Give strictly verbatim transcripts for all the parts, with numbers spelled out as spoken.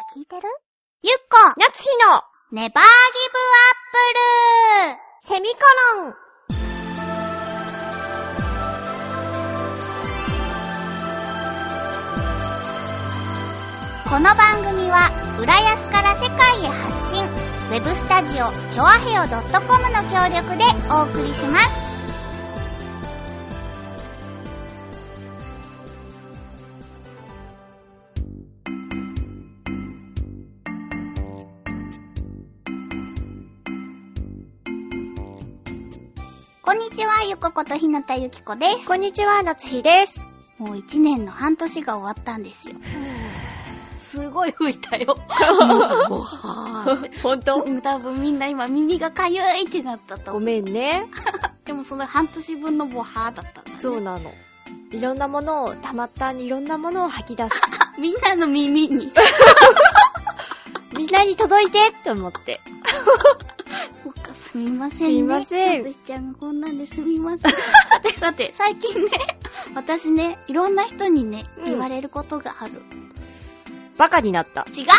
聞いてる？ゆっこ夏日のネバーギブアップルセミコロン。 この番組は浦安から世界へ発信、ウェブスタジオチョアヘオ .com の協力でお送りします。こんにちは、ゆこことひなたゆきこです。 こんにちは、夏日です。 もう一年の半年が終わったんですよ。すごい吹いたよ。もうはーほんと？ 多分みんな今耳がかゆいってなったと思う。 ごめんね。 でもその半年分のボハーだったんだ、ね。 そうなの。いろんなものを、溜まったいろんなものを吐き出す。 みんなの耳に。 みんなに届いてって思って。 そっか、すみませんね。 すみません。 なつしちゃんがこんなんですみません。さてさて、最近ね、私ね、いろんな人にね、うん、言われることがある。 バカになった。 違う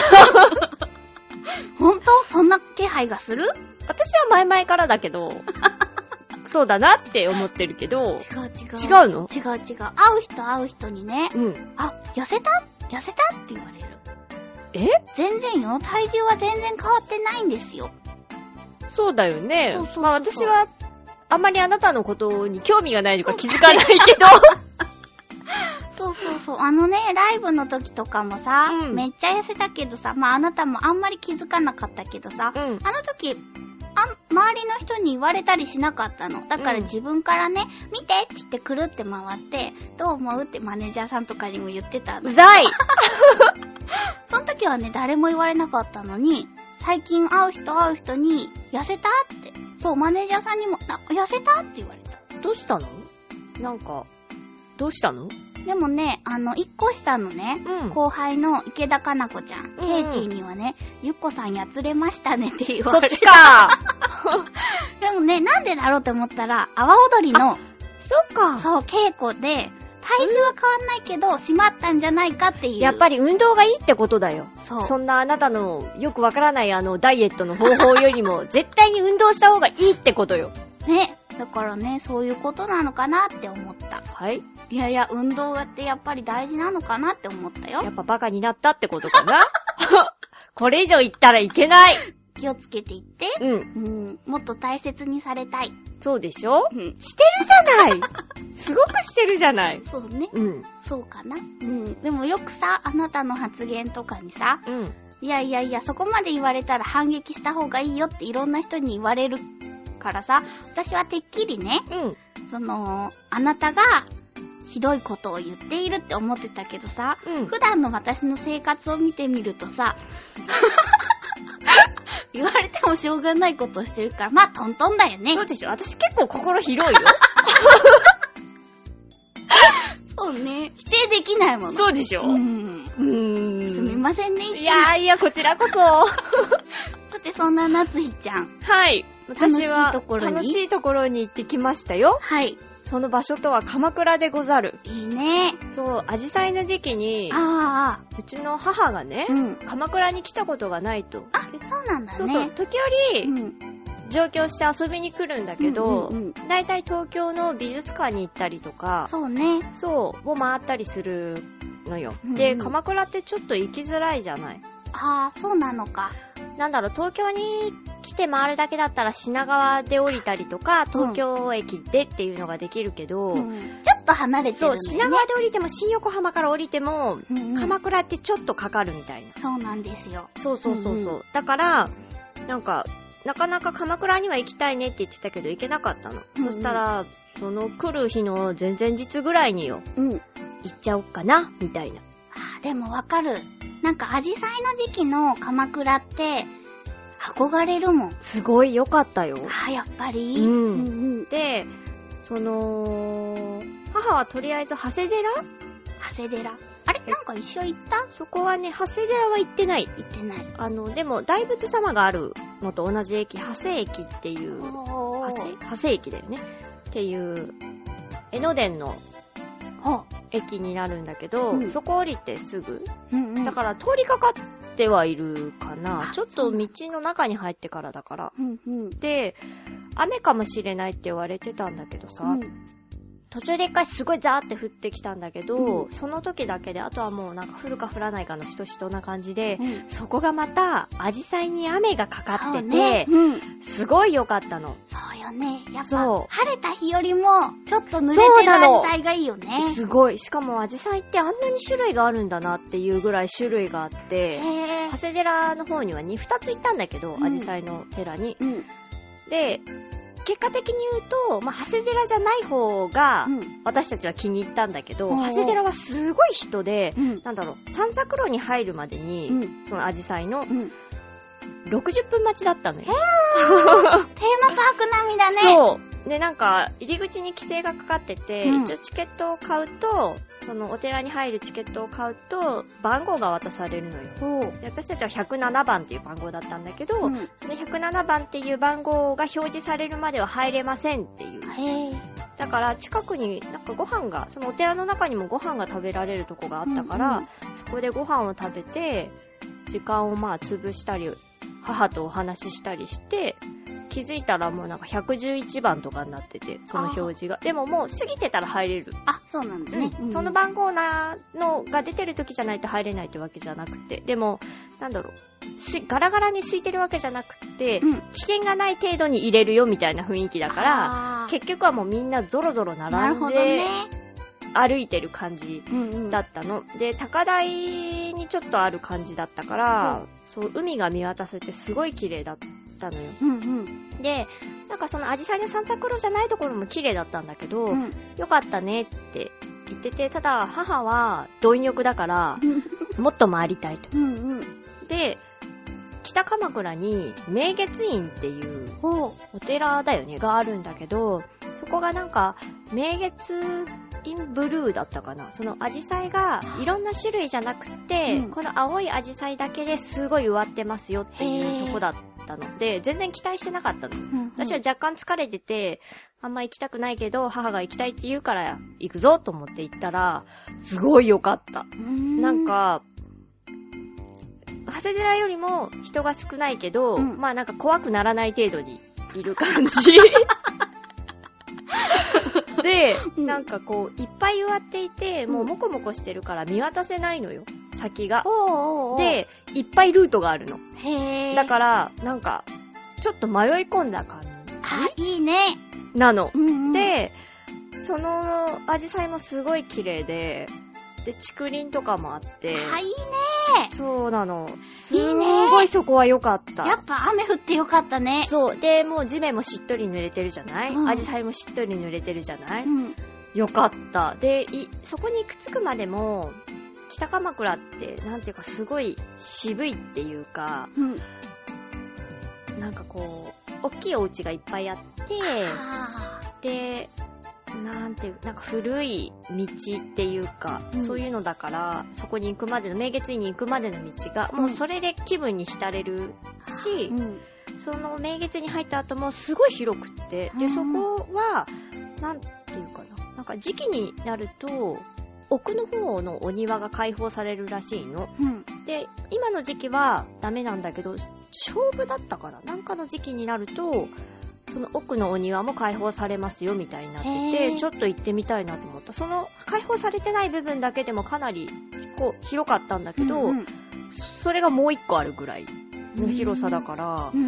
ほんと？そんな気配がする？ 私は前々からだけど、そうだなって思ってるけど。違う違う。 違うの？ 違う違う。会う人会う人にね、 うん。 あ、痩せた？痩せたって言われる。 え？ 全然よ。体重は全然変わってないんですよ。 そうだよね。 そうそうそうそう。 まあ私は、あんまりあなたのことに興味がないのか気づかないけど。 そうそうそう。あのね、ライブの時とかもさ、うん、めっちゃ痩せたけどさ、まああなたもあんまり気づかなかったけどさ、うん、あの時、あ、周りの人に言われたりしなかったの。だから自分からね、うん、見てって言ってくるって回って、どう思うってマネージャーさんとかにも言ってたの。 うざいその時はね、誰も言われなかったのに、最近会う人会う人に、痩せたって。そう、マネージャーさんにも、痩せたって言われた。 どうしたの？なんか、どうしたの？ でもね、あの、一個下のね、うん、後輩の池田かな子ちゃん、うん、ケイティにはね、ゆっこさんやつれましたねって言われた。 そっちかでもね、なんでだろうって思ったら、阿波踊りの、 そっか。 そう、稽古で、体重は変わんないけど、締まったんじゃないかっていう。 やっぱり運動がいいってことだよ。 そう。 そんなあなたのよくわからないあのダイエットの方法よりも、絶対に運動した方がいいってことよ。 ね。だからね、そういうことなのかなって思った。 はい。 いやいや、運動ってやっぱり大事なのかなって思ったよ。 やっぱバカになったってことかなこれ以上言ったらいけない。 気をつけていって。 うん。 うん。もっと大切にされたい。 そうでしょ？ うん。 してるじゃないすごくしてるじゃない。 そうね。 うん。 そうかな。うん。でもよくさ、あなたの発言とかにさ、 うん。 いやいやいや、そこまで言われたら反撃した方がいいよっていろんな人に言われるからさ、私はてっきりね、 うん。 その、あなたがひどいことを言っているって思ってたけどさ、うん、普段の私の生活を見てみるとさ、言われてもしょうがないことをしてるから、まあトントンだよね。 そうでしょ。私結構心広いよ。 そうね。否定できないもの。 そうでしょ。 うん。うーん。すみませんね。 いやーいや、こちらこそ。 さて、そんな夏日ちゃん。 はい。私は楽しいところに楽しいところに行ってきましたよ。 はい。 その場所とは鎌倉でござる。 いいね。 そう、アジサイの時期に、 ああ、 うちの母がね、うん、鎌倉に来たことがないと。 あ、そうなんだね。 そうそう、時折、うん、上京して遊びに来るんだけど、うんうんうん、だいたい東京の美術館に行ったりとか、 そうね。 そう、を回ったりするのよ。うんうん、で、鎌倉ってちょっと行きづらいじゃない。 ああ、そうなのか。 なんだろう、東京に来て回るだけだったら品川で降りたりとか、東京駅でっていうのができるけど、うん、 ちょっと離れてるんだよね。 そう、品川で降りても新横浜から降りても、うんうん、鎌倉ってちょっとかかるみたいな。 そうなんですよ。 そうそうそうそう。うんうん、だから、なんか、なかなか鎌倉には行きたいねって言ってたけど行けなかったの。うんうん、そしたら、その来る日の前々日ぐらいによ、うん、行っちゃおっかな、みたいな。 あ、でもわかる。なんか、アジサイの時期の鎌倉って、憧れるもん。 すごい良かったよ。 あ、やっぱり、 うん、うんうん。で、その、母はとりあえず長谷寺長谷寺。あれなんか一緒行った？ そこはね、長谷寺は行ってない。 行ってない。 あの、でも、大仏様があるのと同じ駅、長谷駅っていう、長谷、長谷駅だよね。っていう、江ノ電の駅になるんだけど、うん、そこ降りてすぐ、うんうん、だから通りかかっってはいるかな。ちょっと道の中に入ってからだから。 うんうん、 で、雨かもしれないって言われてたんだけどさ、うん、途中で一回すごいザーって降ってきたんだけど、うん、その時だけで、あとはもうなんか降るか降らないかのしとしとな感じで、うん、そこがまたアジサイに雨がかかってて、ねうん、すごい良かったの。 そうよね。やっぱ晴れた日よりもちょっと濡れてるアジサイがいいよね。 すごい。しかもアジサイってあんなに種類があるんだなっていうぐらい種類があって、長谷寺の方にはに、ふたつ行ったんだけど、アジサイの寺に。うん、で、結果的に言うと、まあ、長谷寺じゃない方が、私たちは気に入ったんだけど、うん、長谷寺はすごい人で、うん、なんだろう、散策路に入るまでに、うん、そのアジサイの、うん、ろくじゅっぷん待ちだったのよ。 テーマパーク並みだね。 そう。で、なんか、入り口に規制がかかってて、うん、一応チケットを買うと、そのお寺に入るチケットを買うと、番号が渡されるのよ。で私たちはひゃくななばんっていう番号だったんだけど、うん、そのひゃくななばんっていう番号が表示されるまでは入れませんっていう。 へー。 だから近くになんかご飯が、そのお寺の中にもご飯が食べられるとこがあったから、うんうん、そこでご飯を食べて、時間をまあ潰したり、母とお話ししたりして、気づいたらもうなんかひゃくじゅういちばんとかになってて、その表示が。でももう過ぎてたら入れる。 あ、そうなんだね。 うん、その番号なのが出てる時じゃないと入れないってわけじゃなくて。でも、なんだろう。ガラガラに空いてるわけじゃなくて、うん、危険がない程度に入れるよみたいな雰囲気だから、結局はもうみんなゾロゾロ並んで、歩いてる感じだったの。うんうん、で、高台にちょっとある感じだったから、うん、そう、海が見渡せてすごい綺麗だったのよ。 うんうん、 で、なんかそのアジサイの散策路じゃないところも綺麗だったんだけど、うん、よかったねって言ってて、ただ母は貪欲だから、もっと回りたいと。 うんうん、で、 北鎌倉に明月院っていうお寺だよね、があるんだけど、そこがなんか明月インブルーだったかな。そのアジサイがいろんな種類じゃなくて、うん、この青いアジサイだけですごい植わってますよっていうとこだったので、全然期待してなかったの、うんうん。私は若干疲れてて、あんま行きたくないけど、母が行きたいって言うから行くぞと思って行ったら、すごい良かった。んなんか、長谷寺よりも人が少ないけど、うん、まあなんか怖くならない程度にいる感じ。で、なんかこう、いっぱい植わっていて、もうモコモコしてるから見渡せないのよ、先が。 おーおーおーで、いっぱいルートがあるの。 へー。 だから、なんか、ちょっと迷い込んだ感じ。 あ、いいね。 なの。 うんうん、 で、そのアジサイもすごい綺麗で、で、竹林とかもあって。 あ、いいね。 そうなの。すごいそこは良かった。 やっぱ雨降って良かったね。 そう。で、もう地面もしっとり濡れてるじゃない、うん、アジサイもしっとり濡れてるじゃない、うん、よかった。で、い、そこに行くつくまでも、北鎌倉って、なんていうかすごい渋いっていうか、うん、なんかこう、大きいお家がいっぱいあって、で、なんていう、なんか古い道っていうか、うん、そういうのだから、そこに行くまでの、明月院に行くまでの道が、うん、もうそれで気分に浸れるし、うん、その明月に入った後もすごい広くって、で、そこは、なんていうかな、なんか時期になると、奥の方のお庭が開放されるらしいの。うん、で、今の時期はダメなんだけど、勝負だったかな、なんかの時期になると、その奥のお庭も開放されますよみたいになってて、ちょっと行ってみたいなと思った。その開放されてない部分だけでもかなりこう広かったんだけど、うんうん、それがもう一個あるぐらいの広さだから、 うん、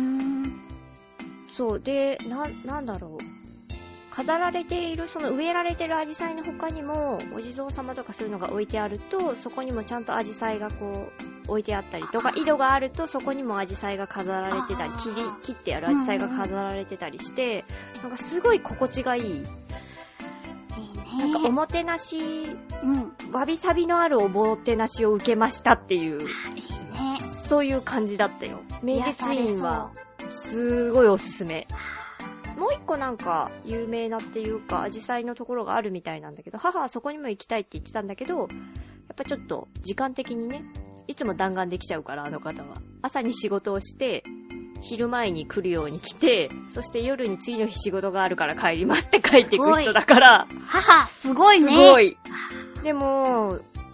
そうで、な、なんだろう。飾られている、その植えられているアジサイの他にも、お地蔵様とかそういうのが置いてあると、そこにもちゃんとアジサイがこう、置いてあったりとか、井戸があるとそこにもアジサイが飾られてたり、切り、切ってあるアジサイが飾られてたりして、うん、なんかすごい心地がいい。いいね。なんかおもてなし、うん、わびさびのあるおもてなしを受けましたっていう、いいね。 そういう感じだったよ。明月院は、すごいおすすめ。もう一個なんか有名なっていうか、アジサイのところがあるみたいなんだけど、母はそこにも行きたいって言ってたんだけど、やっぱちょっと時間的にね、いつも弾丸できちゃうから、あの方は。朝に仕事をして、昼前に来るように来て、そして夜に次の日仕事があるから帰りますって帰っていく人だから。 母、すごいね。 すごい。でも、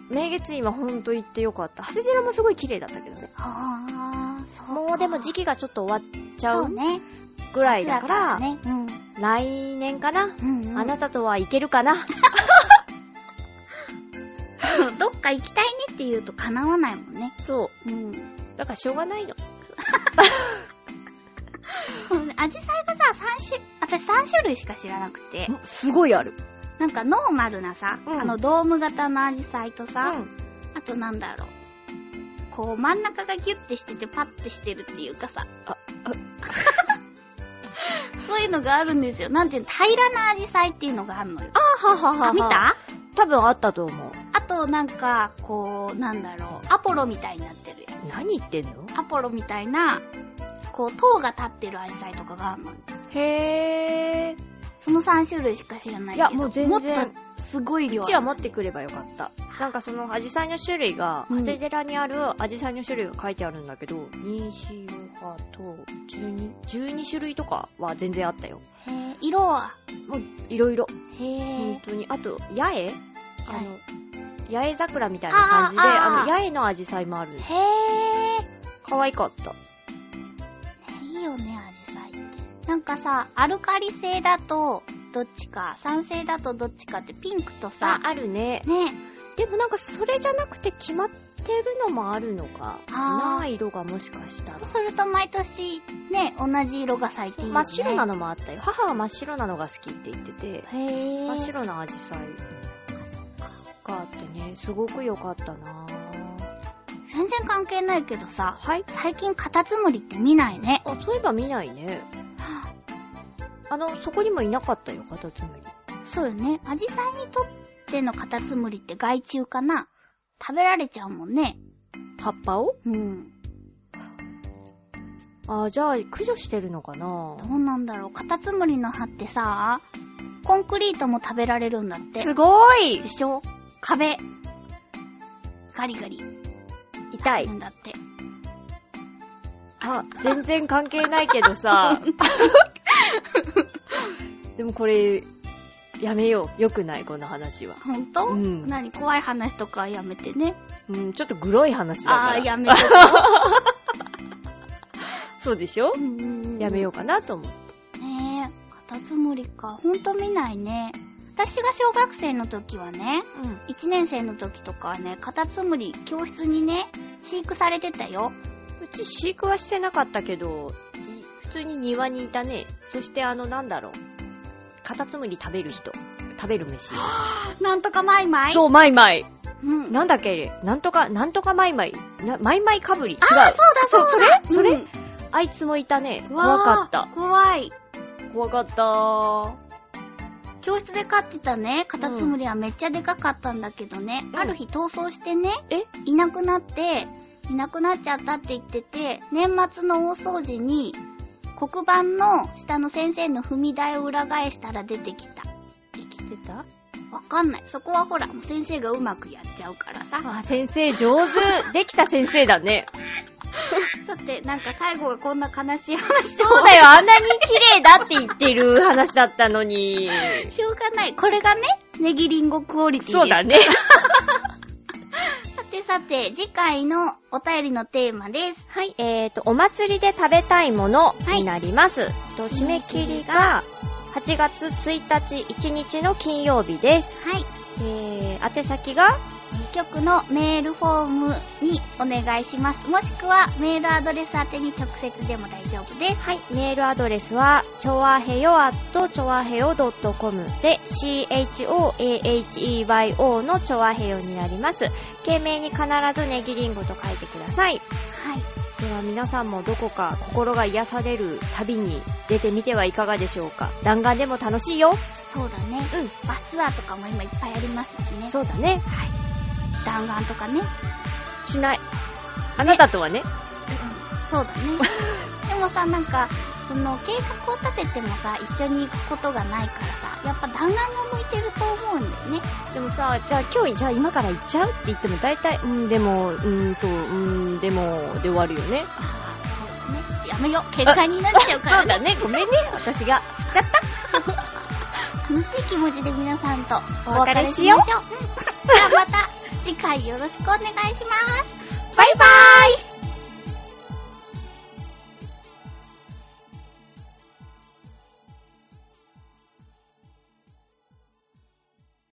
明月院はほんと行ってよかった。長谷寺もすごい綺麗だったけどね。 あー、そう。 もうでも時期がちょっと終わっちゃうねぐらいだから、 ね、うん、 来年かな、 うんうん、 あなたとは行けるかな。 どっか行きたいねって言うと叶わないもんね。 そう。 うん。 だからしょうがないの。 アジサイがさ、三種、私さん種類しか知らなくて。 すごいある。 なんかノーマルなさ、うん、あのドーム型のアジサイとさ、うん、あとなんだろう。こう真ん中がギュッてしててパッてしてるっていうかさ。あ、あそういうのがあるんですよ。なんていうの、平らなアジサイっていうのがあるのよ。 あはははは。 見た？ 多分あったと思う。 あとなんか、こう、なんだろう、アポロみたいになってるやつ。 何言ってんの？ アポロみたいな、こう、塔が立ってるアジサイとかがあるの。 へー。 そのさん種類しか知らないけど。 いや、もう全然。もっとすごい量。 うちは持ってくればよかった。なんかそのアジサイの種類が、長谷寺にあるアジサイの種類が書いてあるんだけど、ニシロハとじゅうに、じゅうに種類とかは全然あったよ。 へー。色はもう、いろいろ。 へー。 本当に。あと、八重あの、八重桜みたいな感じで、あ, あの、八重のアジサイもある。 へー。 可愛かった。ね、 いいよね、アジサイって。なんかさ、アルカリ性だと、どっちか、酸性だとどっちかってピンクとさ。 あ、あるね。 ね。 でもなんかそれじゃなくて決まってるのもあるのか。な色がもしかしたら。 そうすると毎年、ね、同じ色が咲いているよね。 真っ白なのもあったよ。母は真っ白なのが好きって言ってて。 へー。 真っ白なアジサイがあってね、すごく良かったな。 全然関係ないけどさ、 はい、 最近カタツムリって見ないね。 あ、そういえば見ないね。あの、そこにもいなかったよ、カタツムリ。 そうよね。アジサイにとってのカタツムリって害虫かな？食べられちゃうもんね。 葉っぱを？ うん。 あ、じゃあ、駆除してるのかな？ どうなんだろう。カタツムリの葉ってさ、コンクリートも食べられるんだって。 すごい！ でしょ？壁。ガリガリ。 痛い。 んだって。 あ、全然関係ないけどさ。でもこれ、やめよう。よくない、この話は。 ほんと？うん。何？怖い話とかやめてね。 うん、ちょっとグロい話だから。 あー、やめよう。 そうでしょ？ うん。 やめようかなと思って。 ねえ、カタツムリか。ほんと見ないね。私が小学生の時はね、うん、いちねん生の時とかはね、カタツムリ教室にね、飼育されてたよ。 うち飼育はしてなかったけど、普通に庭にいたね。そしてあの、なんだろう。カタツムリ食べる人。食べる飯。 なんとかマイマイ？ そう、マイマイ。 うん。 なんだっけなんとか、なんとかマイマイ。なマイマイかぶり。違う。 あ、そうだそうだ。 そ、それそれ、 うん、 あいつもいたね。怖かった。 怖い。 怖かったー。 教室で飼ってたね、カタツムリはめっちゃでかかったんだけどね、うん、ある日逃走してね、 えいなくなって、いなくなっちゃったって言ってて、年末の大掃除に、黒板の下の先生の踏み台を裏返したら出てきた。 生きてた？ わかんない。そこはほら、先生がうまくやっちゃうからさ。 あ、先生上手。できた先生だね。 さて、なんか最後がこんな悲しい話。 そうだよ、あんなに綺麗だって言ってる話だったのに。 しょうがない。これがね、ネギリンゴクオリティです。 そうだね。 さてさて、次回のお便りのテーマです。 はい、えーと、お祭りで食べたいものになります。はい、と締め切りがはちがつついたち、いちにちの金曜日です。 はい。 えー、宛先が局のメールフォームにお願いします。もしくはメールアドレス宛てに直接でも大丈夫です。 はい、メールアドレスはちょわへよ アットチョアヘヨ ドットコム で シーエイチオーエーエイチイーワイオー のちょわへよになります。件名に必ずネギリンゴと書いてください。 はい。 では皆さんもどこか心が癒される旅に出てみてはいかがでしょうか。弾丸でも楽しいよ。 そうだね。うん。バスツアーとかも今いっぱいありますしね。 そうだね。 はい。弾丸とかね。 しない。あなたとはね。 うん、そうだね。でもさ、なんか、その計画を立ててもさ、一緒に行くことがないからさ、やっぱ弾丸が向いてると思うんだよね。 でもさ、じゃあ今日、じゃあ今から行っちゃうって言っても大体、うん、でも、うん、そう、うん、でも、で終わるよね。 ああ、そうだね。やめよ。結果になっちゃうからね。 そうだね。ごめんね。私が振っちゃった。 楽しい気持ちで皆さんとお別れしよう。 うん、じゃあまた。 次回よろしくお願いします。 バイバーイ。